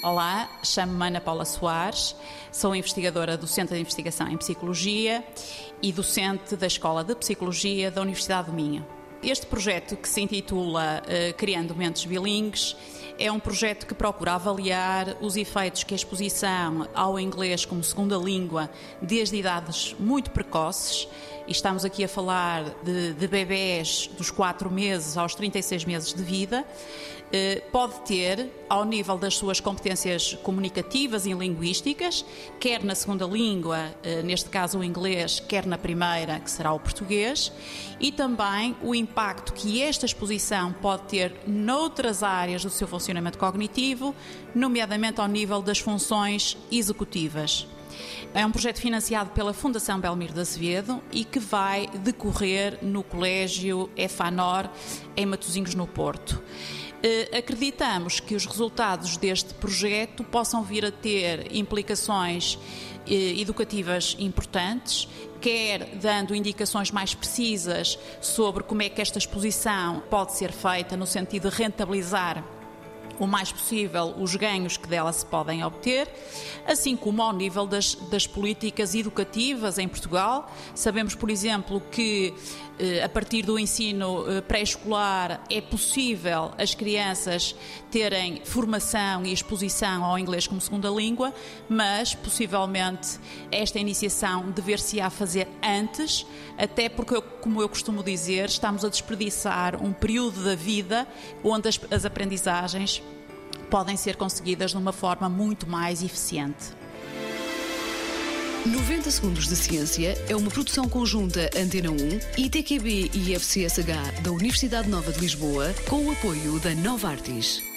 Olá, chamo-me Ana Paula Soares, sou investigadora do Centro de Investigação em Psicologia e docente da Escola de Psicologia da Universidade do Minho. Este projeto, que se intitula Criando Mentes Bilingues, é um projeto que procura avaliar os efeitos que a exposição ao inglês como segunda língua desde idades muito precoces, e estamos aqui a falar de bebés dos 4 meses aos 36 meses de vida, pode ter ao nível das suas competências comunicativas e linguísticas, quer na segunda língua, neste caso o inglês, quer na primeira, que será o português, e também o impacto que esta exposição pode ter noutras áreas do seu funcionamento cognitivo, nomeadamente ao nível das funções executivas. É um projeto financiado pela Fundação Belmiro de Azevedo e que vai decorrer no Colégio EFANOR, em Matosinhos, no Porto. Acreditamos que os resultados deste projeto possam vir a ter implicações educativas importantes, quer dando indicações mais precisas sobre como é que esta exposição pode ser feita no sentido de rentabilizar o mais possível os ganhos que dela se podem obter, assim como ao nível das políticas educativas em Portugal. Sabemos, por exemplo, que a partir do ensino pré-escolar é possível as crianças terem formação e exposição ao inglês como segunda língua, mas possivelmente esta iniciação dever-se-á fazer antes, até porque, como eu costumo dizer, estamos a desperdiçar um período da vida onde as aprendizagens podem ser conseguidas de uma forma muito mais eficiente. 90 Segundos de Ciência é uma produção conjunta Antena 1, ITQB e FCSH da Universidade Nova de Lisboa, com o apoio da Novartis.